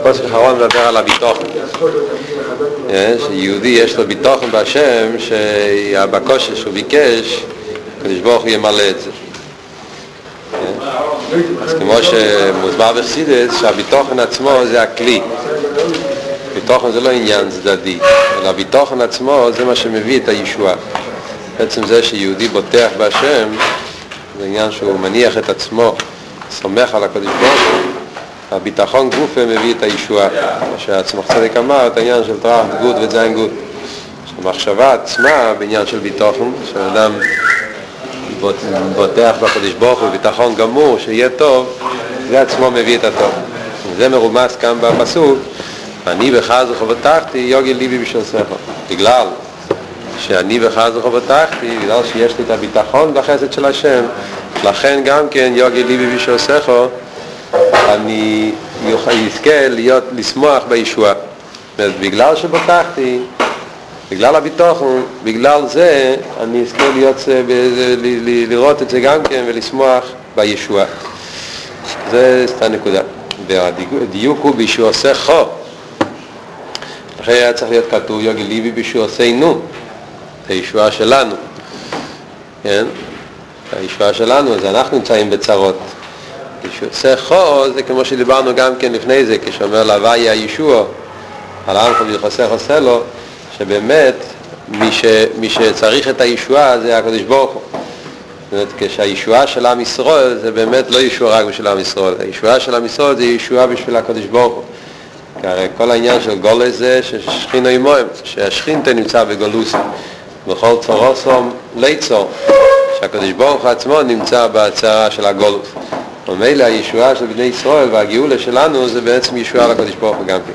הפוסק האחרון מדבר על הביטוחן. שיהודי יש לו ביטוחן בהשם, שהבקשה שהוא ביקש, הקדוש ברוך הוא ימלא את זה. אז כמו שמוסבר בחסידות, שהביטוחן עצמו זה הכלי. ביטוחן זה לא עניין צדדי, אלא הביטוחן עצמו זה מה שמביא את הישועה. בעצם זה שיהודי בוטח בהשם, זה עניין שהוא מניח את עצמו, סומך על הקדוש ברוך הוא. הביטחון גופה מביא את הישועה. מה שהצמח צדק אמר, את העניין של טראחט גוד וזיין גוד. המחשבה עצמה בעניין של ביטחון, שאדם בוטח בקדוש ברוך הוא ביטחון גמור, שיהיה טוב, זה עצמו מביא את הטוב. זה מרומז כאן בפסוק, אני בך זכו בטחתי, יוגי ליבי בשביל שכו. בגלל שאני בך זכו בטחתי, בגלל שיש לי את הביטחון בחסד של השם, לכן גם כן יוגי ליבי בשביל שכו, אני אזכה לשמוח בישועה. בגלל שבטחתי, בגלל הביטחון, בגלל זה אני אזכה לראות את זה גם כן ולשמוח בישועה. זה סתם נקודה. והדיוק הוא בישוע שכו. אחרי היה צריך להיות כתוב יוגי ליבי בישוע שנו. זה הישועה שלנו. כן? הישועה שלנו, אז אנחנו נמצאים בצרות. שכו זה כמו שדיברנו גם כן לפני זה, כשאומר להווי הישוע, על העמך ויחסך עושה לו, שבאמת מי שצריך את הישועה זה הקדוש ברוך הוא. זאת אומרת, כשהישועה של עם ישראל זה באמת לא ישועה רק בשביל עם ישראל, הישועה של עם ישראל זה ישועה בשביל הקדוש ברוך הוא. כי הרי כל העניין של גולוס זה ששכינו עמהם, שהשכינתה נמצא בגולוס, בכל צורוסום ליצור, שהקדוש ברוך הוא עצמו נמצא בהצהרה של הגולוס. ומילא הישועה של בני ישראל והגאולה שלנו זה בעצם ישועה לקדוש ברוך הוא גם כן.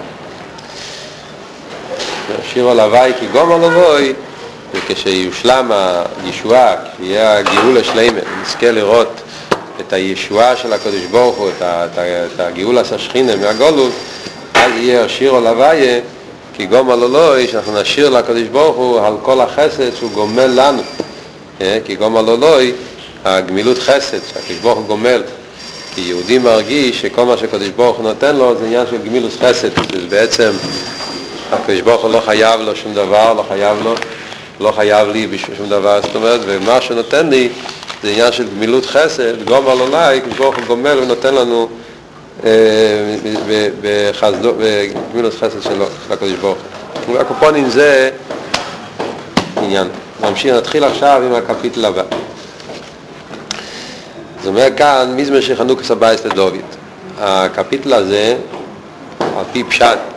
שיר על הווי כי גומר לבוי, וכשיושלם הישועה, כשיהיה הגאולה שלמה, נזכה לראות את הישועה של הקדוש ברוך הוא, את הגאולה השכינה מהגולות, אז יהיה השיר על הווי כי גומר לבוי, שאנחנו נשיר לקדוש ברוך הוא על כל החסד שהוא גומל לנו. כי גומר לבוי, הגמילות חסד שהקדוש ברוך הוא גומל. כי יהודי מרגיש שכל מה שקדוש ברוך הוא נותן לו זה עניין של גמילות חסד. זה בעצם הקדוש ברוך הוא לא חייב לו שום דבר, לא חייב לי בשביל שום דבר, זאת אומרת, ומה שנותן לי זה עניין של גמילות חסד, גומר לו לי, הקדוש ברוך הוא גומל ונותן לנו בגמילות חסד שלו, של הקדוש ברוך הוא. הקופונים זה עניין. נתחיל עכשיו עם הקפיטל הבא. זאת אומרת כאן, מזמר של חנוכת הבייס לדוד. הקפיטל הזה, על פי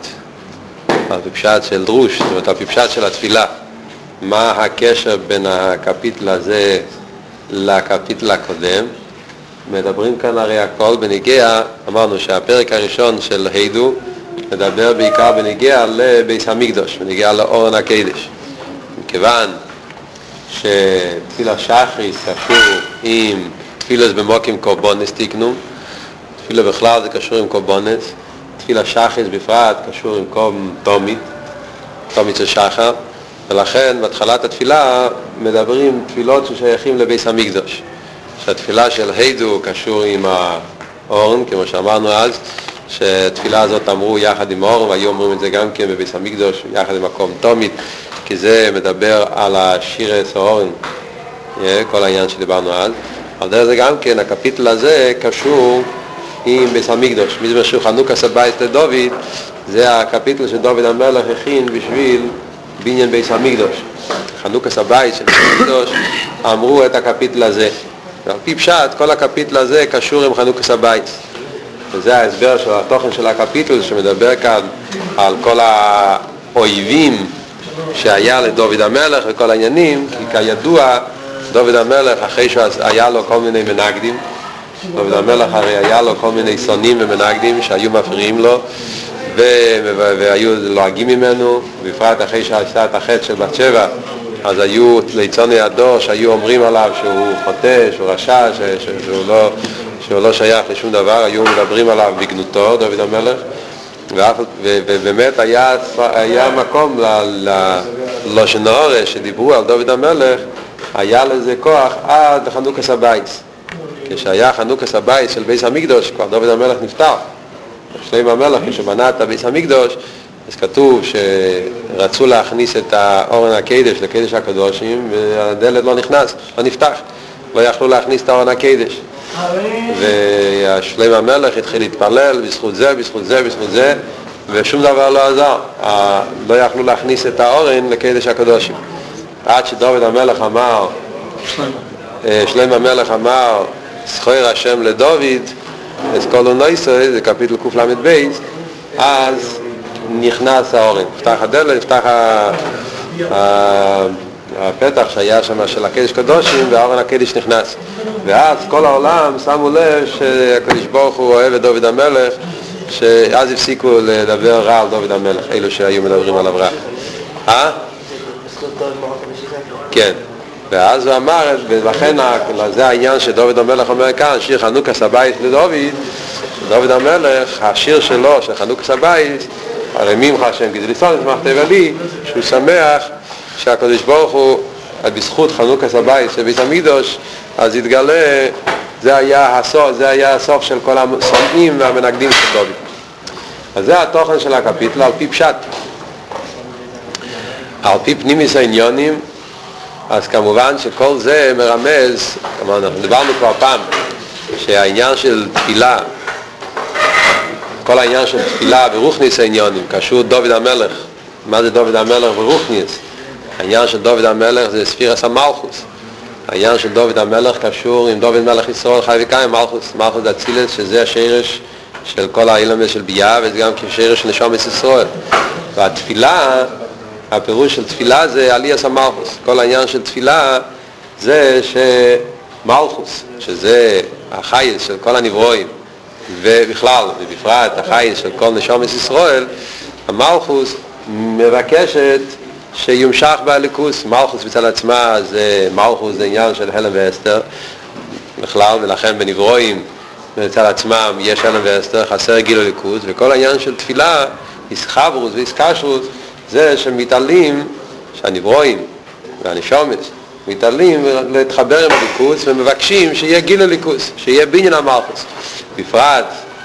פשט של דרוש, זאת אומרת, על פי פשט של התפילה. מה הקשר בין הקפיטל הזה לקפיטל הקודם? מדברים כאן הרי הכל בנגיע, אמרנו שהפרק הראשון של הידו מדבר בעיקר בנגיע לבית המקדוש, בנגיע לאורן הקדש. מכיוון שתפילה שחריס קשור עם תפילס במוקים קורבונס תיקנו, תפילה בכלל זה קשור עם קורבונס, תפילה שחריס בפרט קשור עם קום תומית של שחר, ולכן בתחילת התפילה מדברים תפילות ששייכים לבית המקדוש. שהתפילה של הידו קשור עם האורן, כמו שאמרנו אז, שהתפילה הזאת אמרו יחד עם האורן, והיו אומרים את זה גם כן בבית המקדוש, יחד עם מקום תומית, כי זה מדבר על השירס האורן, כל העניין שדיברנו אז. על דרך זה גם כן, הקפיטל הזה קשור עם בית המקדוש. מזמר של חנוכת הבייס לדוד, זה הקפיטל שדוד המלך הכין בשביל בניין בית המקדוש. חנוכת הבייס של בית המקדוש אמרו את הקפיטל הזה. ועל פי פשט, כל הקפיטל הזה קשור עם חנוכת הבייס. וזה ההסבר של התוכן של הקפיטל שמדבר כאן על כל האויבים שהיה לדוד המלך וכל העניינים, כי כידוע דוד המלך אחרי שהיה לו כל מיני מנגדים, דוד המלך הרי היה לו כל מיני שונאים ומנגדים שהיו מפריעים לו והיו לועגים ממנו, בפרט אחרי שעשה את החטא של בת שבע, אז היו ליצוני הדור שהיו אומרים עליו שהוא חוטא, שהוא רשע, שהוא לא שייך לשום דבר, היו מדברים עליו בגנותו, דוד המלך, ובאמת היה מקום ללושן האורש שדיברו על דוד המלך, היה לזה כוח עד חנוכת הבייס. כשהיה חנוכת הבייס של בית המקדוש, כבר דוד המלך נפטר. שלמה המלך כשבנה את הביס המקדוש, אז כתוב שרצו להכניס את האורן הקדש לקדש הקדושים, והדלת לא נכנס, לא נפתח, לא יכלו להכניס את האורן הקדש. ושלמה המלך התחיל להתפלל בזכות זה, בזכות זה, בזכות זה, ושום דבר לא עזר. לא יכלו להכניס את האורן לקדש הקדושים. עד שדוד המלך אמר, שלמה המלך אמר, זכור השם לדוד, אסכולו נויסוי, זה קפיטל קל"ב, אז נכנס האורן, נפתח הדלת, נפתח הפתח שהיה שם של הקדש קדושים, והאורן הקדש נכנס. ואז כל העולם שמו לב שהקדוש ברוך הוא אוהב את דוד המלך, שאז הפסיקו לדבר רע על דוד המלך, אלו שהיו מדברים עליו רע. כן. ואז הוא אמר, ולכן זה העניין שדוד המלך אומר כאן, שיר חנוכת הבית לדוד, דוד המלך, השיר שלו, של חנוכת הבית, הרי ממך השם גזליסון, שמחת לי, שהוא שמח שהקדוש ברוך הוא, בזכות חנוכת הבית של בית המקדש, אז התגלה, זה היה הסוף של כל השונאים והמנגדים של דוד. אז זה התוכן של הקפיטל על פי פשט. על פי פנימיס העניונים, אז כמובן שכל זה מרמז, אנחנו דיברנו כבר פעם, שהעניין של תפילה, כל העניין של תפילה ברוחניס העניונים, קשור דוד המלך. מה זה דוד המלך ברוחניס? העניין של דוד המלך זה ספירס המלכוס. העניין של דוד המלך קשור עם דוד מלך ישראל חי וקיים, מלכוס דאצילס, שזה השרש של כל האילמס של ביאה, וזה גם כשרש של נשמת ישראל. והתפילה, הפירוש של תפילה זה עליית המלכוס. כל העניין של תפילה זה שמלכוס, שזה החייס של כל הנברואים, ובכלל, ובפרט החייס של כל נשמת ישראל, המלכוס מבקשת שיומשך באלוקות. מלכוס מצד עצמה זה מלכוס, זה עניין של הלם ואסתר בכלל, ולכן בנברואים מצד עצמם יש הלם ואסתר, חסר גיל אלוקות, וכל העניין של תפילה, איסחברות ואיסקשרות, זה שמתעלים, שהנברואים והנשמת מתעלים להתחבר עם אלוקות ומבקשים שיהיה גיל אלוקות, שיהיה בניין המלכוס. בפרט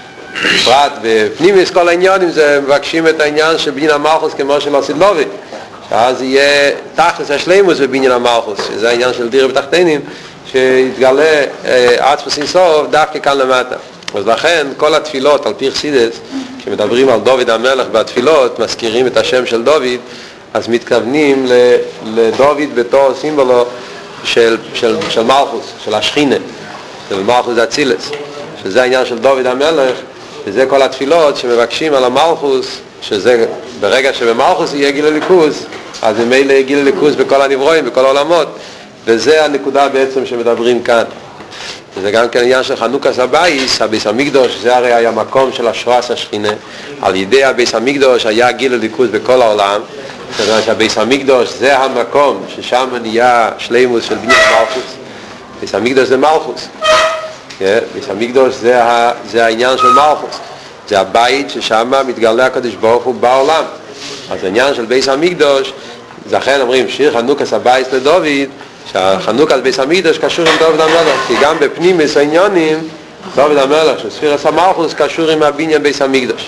בפנימיס כל העניינים זה מבקשים את העניין של בניין המלכוס כמו של הסילובי, שאז יהיה תכלס השלימוס בבניין המלכוס, שזה העניין של דירה בתחתינים, שיתגלה עצמוס אינסוף דווקא כאן למטה. אז לכן כל התפילות על פי חסידות, כשמדברים על דוד המלך בתפילות, מזכירים את השם של דוד, אז מתכוונים לדוד בתור סימבולו של מלכוס, של השכינה, של מלכוס דאצילס, שזה העניין של דוד המלך, וזה כל התפילות שמבקשים על המלכוס, שזה ברגע שבמלכוס יהיה גיל אלוקות, אז ממילא יהיה גיל אלוקות בכל הנברואים, בכל העולמות, וזה הנקודה בעצם שמדברים כאן. וזה גם כן עניין של חנוכת הבית, הביס המקדוש, זה הרי היה מקום של השראת השכינה. על ידי הביס המקדוש היה גיל אלוקות בכל העולם. זאת אומרת שהביס המקדוש זה המקום ששם נהיה שלימוס של בניין מלכוס. ביס המקדוש זה מלכוס. ביס המקדוש זה העניין של מלכוס. זה הבית ששם מתגלה הקדוש ברוך הוא בעולם. אז העניין של ביס המקדוש, לכן אומרים שיר חנוכת הבית לדוד, שהחנוכת ביס המקדוש קשור עם דוד המלך, כי גם בפנימיס העניונים דוד המלך של ספירס המלכוס קשור עם הבניין ביס המקדוש.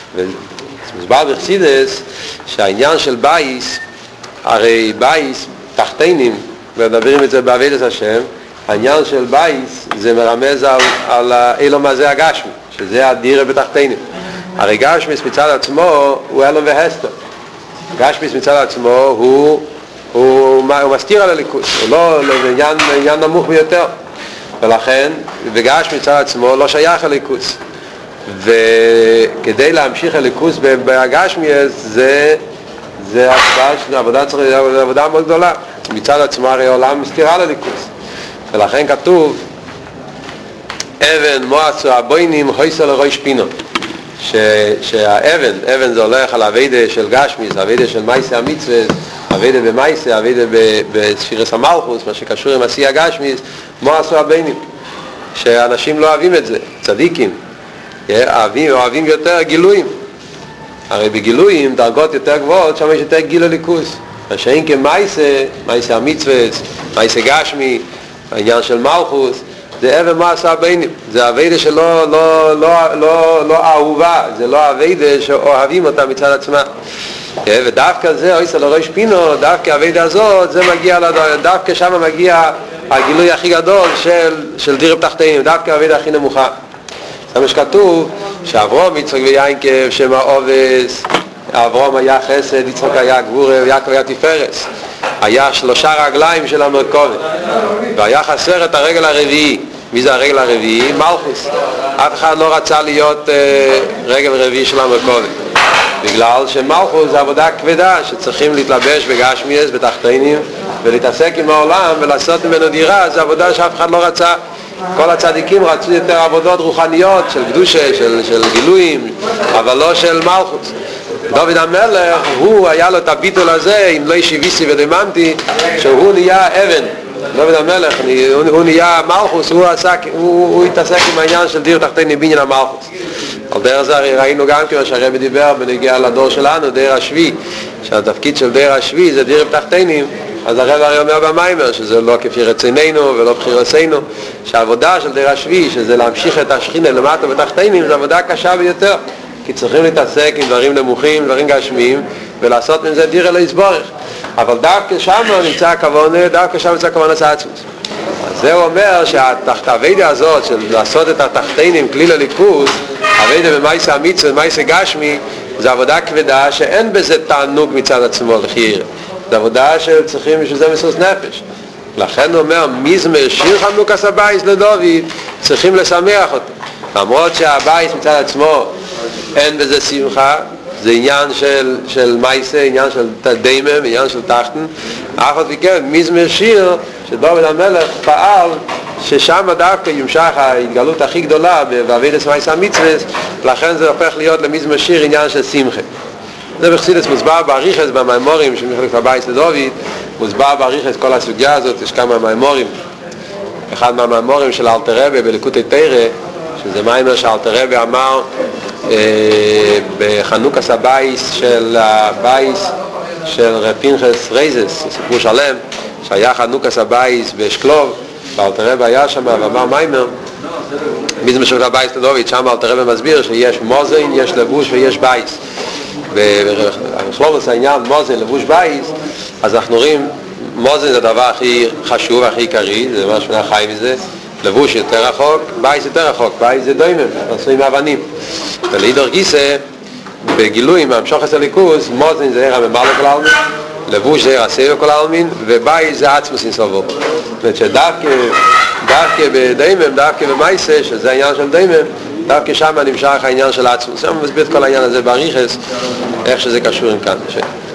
ומסבר בחסידות שהעניין של בייס, הרי בייס תחתינים, ומדברים את זה בעבודת השם, העניין של בייס זה מרמז על האילום הזה הגשמי, שזה הדירה בתחתינים. הרי גשמיס מצד עצמו הוא אילום והסתר. גשמיס מצד עצמו הוא מסתיר על הליכוס, הוא לא עניין נמוך ביותר, ולכן וגש מצד עצמו לא שייך הליכוס, וכדי להמשיך הליכוס בהגשמי זה עבודה מאוד גדולה. מצד עצמו הרי העולם מסתירה לליכוס, ולכן כתוב אבן מועצו הבוינים הויסו לראש פינו, שהאבן זה הולך על הווידה של גשמיס, הווידה של מייסה המצווה, הווידה במייסה, הווידה בספירס המלכוס, מה שקשור עם עשייה גשמיס, מועצו הבוינים, שאנשים לא אוהבים את זה, צדיקים אוהבים יותר גילויים. הרי בגילויים דרגות יותר גבוהות שם יש יותר גיל הליכוס, מה שאין כמייסה, מייסה המצווה, מייסה גשמי, העניין של מלכוס, זה אבן מה עשה ביינים, זה עבודה לא אהובה, זה לא עבודה שאוהבים אותה מצד עצמה. ודווקא זה, אויסא לראש פינו, דווקא העבודה הזאת, זה מגיע, דווקא שם מגיע הגילוי הכי גדול של דירב תחתינים, דווקא העבודה הכי נמוכה. זה מה שכתוב, שאברהם, יצחק ויעקב, שם העובס, אברהם היה חסד, יצחק היה גבורה, ויעקב היה תפארס. היה 3 רגליים של המרכבה, והיה חסר את הרגל הרביעי. מי זה הרגל הרביעי? מלכוס. אף אחד לא רצה להיות רגל רביעי של המרכבה, בגלל שמלכוס זה עבודה כבדה, שצריכים להתלבש בגשמיאס, בתחתינים, ולהתעסק עם העולם ולעשות ממנו דירה. זה עבודה שאף אחד לא רצה. כל הצדיקים רצו יותר עבודות רוחניות של קדושה, של גילויים, אבל לא של מלכות. דוד המלך, הוא היה לו את הביטול הזה, אם לא ישיביסי ודמנתי, שהוא נהיה אבן. דוד המלך, הוא נהיה מלכוס, הוא התעסק עם העניין של דיר תחתיני בניין המלכוס. על דרך זה ראינו גם כמו שהרבי דיבר בנגיע לדור שלנו, דיר השבי, שהתפקיד של דיר השבי זה דיר תחתינים. אז הרב הרי אומר במיימר שזה לא כפי רצוננו ולא בחירתנו, שהעבודה של דיר השבי, שזה להמשיך את השכינה למטה בתחתינים, זו עבודה קשה ביותר, כי צריכים להתעסק עם דברים נמוכים, דברים גשמיים, ולעשות מזה דיר אלוהי יתברך. אבל דווקא שם נמצא הכוונה, דווקא שם נמצא הכוונה עצמות. אז זה אומר שהעבודה הזאת של לעשות את התחתינים כלי לליכוז, עבודה במעשה המצווה, במעשה גשמי, זו עבודה כבדה שאין בזה תענוג מצד עצמו לחייר. זו עבודה שצריכים בשביל זה מסוס נפש. לכן הוא אומר, מזמר שיר חנוכת הבייס לדוד, צריכים לשמח אותו. למרות שהבייס מצד עצמו אין בזה שמחה, זה עניין של מייסה, עניין של דיימם, עניין של תחתן. אף עוד וכן, מזמר שיר שדוד המלך פעל, ששם דווקא ימשך ההתגלות הכי גדולה בעבודת מייסה המצווה, לכן זה הופך להיות למזמר שיר עניין של שמחה. זה בחסידות מוסבר באריכות במאמרים של מחלק הבייס לדוד, מוסבר באריכות כל הסוגיה הזאת. יש כמה מאמרים, אחד מהמאמרים של אלתר רבי בליקוטי תורה, שזה מאמר שאלתר רבי אמר בחנוכת הבייס של רב פנחס רייזס, סיפור שלם שהיה חנוכת הבייס באשקלוב, ואלתר רבי היה שם ואמר מאמר מזמר של הבייס לדוד. שם אלתר רבי מסביר שיש מוזן, יש לבוש ויש בייס. ובכלולוס העניין מוזן, לבוש בייס, אז אנחנו רואים מוזן זה הדבר הכי חשוב, הכי עיקרי, זה מה שונה חי מזה. לבוש יותר רחוק, בייס יותר רחוק, בייס זה דוימם, עשויים מאבנים. ולהידור גיסא, בגילויים מהמשוחס הליכוז, מוזן זה עיר הממלא כל העלמין, לבוש זה עיר הסבב כל העלמין, ובייס זה עצמוס אינסובו. זאת אומרת שדווקא בדוימם, דווקא במייסה, שזה העניין של דוימם, דווקא שם נמשך העניין של עצמוס. שם מסביר את כל העניין הזה באריכות, איך שזה קשור עם כאן.